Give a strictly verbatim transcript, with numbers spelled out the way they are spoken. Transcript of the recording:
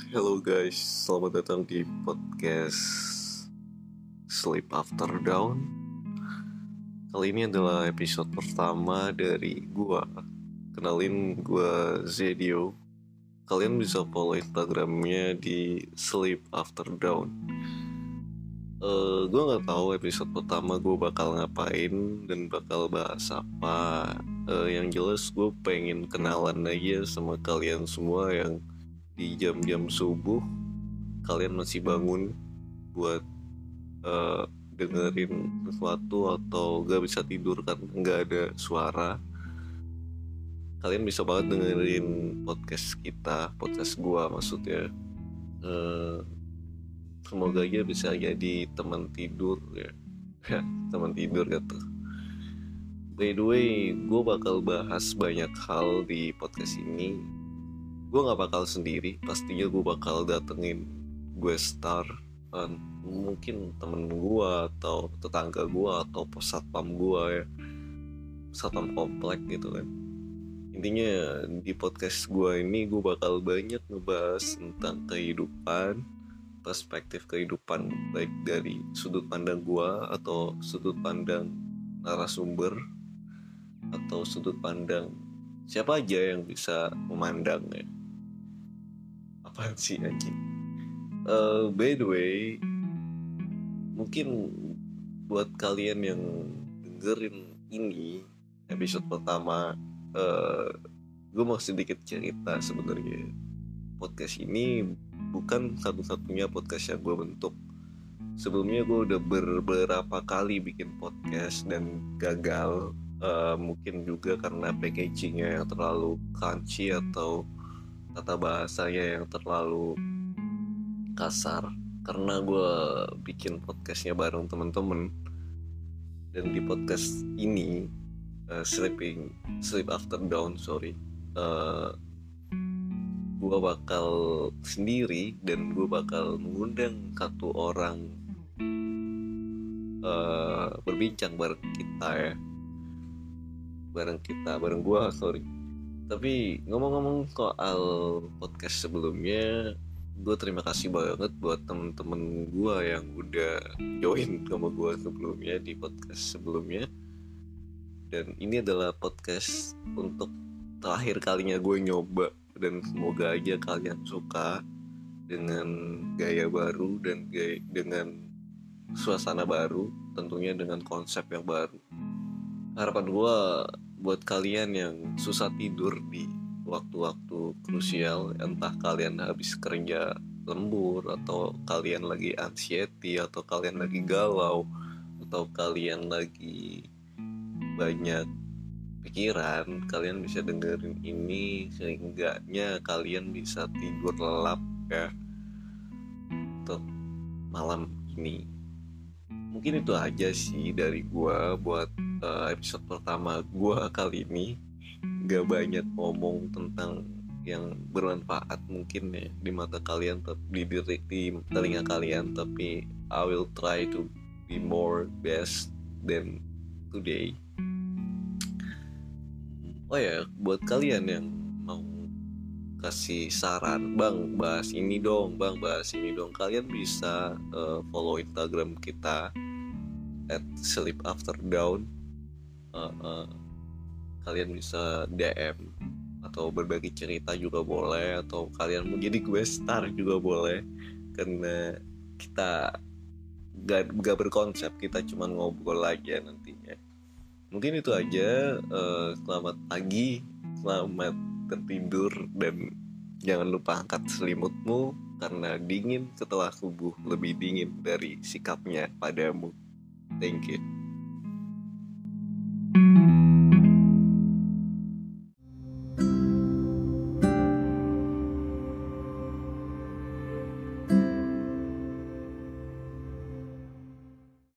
Hello guys, selamat datang di podcast Sleep After Dawn. Kali ini adalah episode pertama dari gua. Kenalin, gua Zedio. Kalian bisa follow Instagramnya di Sleep After Dawn. uh, Gue gak tahu episode pertama gue bakal ngapain dan bakal bahas apa. uh, Yang jelas gue pengen kenalan aja sama kalian semua yang di jam-jam subuh kalian masih bangun buat uh, dengerin sesuatu atau gak bisa tidur kan gak ada suara. Kalian bisa banget dengerin podcast kita, podcast gua maksudnya. uh, Semoga aja bisa jadi teman tidur ya. Teman tidur gitu. By the way, gue bakal bahas banyak hal di podcast ini. Gue gak bakal sendiri, pastinya gue bakal datengin gue star, uh, mungkin temen gue atau tetangga gue atau satpam gue ya, satpam komplek gitu kan. Intinya di podcast gue ini gue bakal banyak ngebahas tentang kehidupan, perspektif kehidupan, baik dari sudut pandang gue atau sudut pandang narasumber atau sudut pandang siapa aja yang bisa memandangnya. Apaan sih anjing? Uh, by the way, mungkin buat kalian yang dengerin ini episode pertama, uh, gue mau sedikit cerita sebenarnya. Podcast ini bukan satu-satunya podcast yang gue bentuk. Sebelumnya gue udah beberapa kali bikin podcast dan gagal. Uh, mungkin juga karena packagingnya yang terlalu crunchy atau tata bahasanya yang terlalu kasar. Karena gue bikin podcastnya bareng temen-temen, dan di podcast ini uh, sleeping sleep after dawn sorry uh, gue bakal sendiri dan gue bakal mengundang satu orang uh, berbincang bareng kita ya bareng kita bareng gue sorry Tapi ngomong-ngomong soal podcast sebelumnya, gue terima kasih banget buat temen-temen gue yang udah join sama gue sebelumnya di podcast sebelumnya. Dan ini adalah podcast untuk terakhir kalinya gue nyoba, dan semoga aja kalian suka dengan gaya baru dan gaya, dengan suasana baru, tentunya dengan konsep yang baru. Harapan gue buat kalian yang susah tidur di waktu-waktu krusial, entah kalian habis kerja lembur, atau kalian lagi anxiety, atau kalian lagi galau, atau kalian lagi banyak pikiran, kalian bisa dengerin ini sehingganya kalian bisa tidur lelap ya untuk malam ini. Mungkin itu aja sih dari gua buat uh, episode pertama gua kali ini. Gak banyak ngomong tentang yang bermanfaat mungkin ya di mata kalian, tapi di, di telinga kalian, tapi I will try to be more best than today. Oh ya, buat kalian yang mau kasih saran, bang bahas ini dong, bang bahas ini dong, kalian bisa uh, follow Instagram kita at sleep after dawn. Uh, uh, kalian bisa D M atau berbagi cerita juga boleh, atau kalian mau jadi gue star juga boleh, karena kita gak, gak berkonsep, kita cuma ngobrol aja nantinya. Mungkin itu aja. uh, selamat pagi, selamat tertidur, dan jangan lupa angkat selimutmu karena dingin setelah subuh lebih dingin dari sikapnya padamu. Thank you.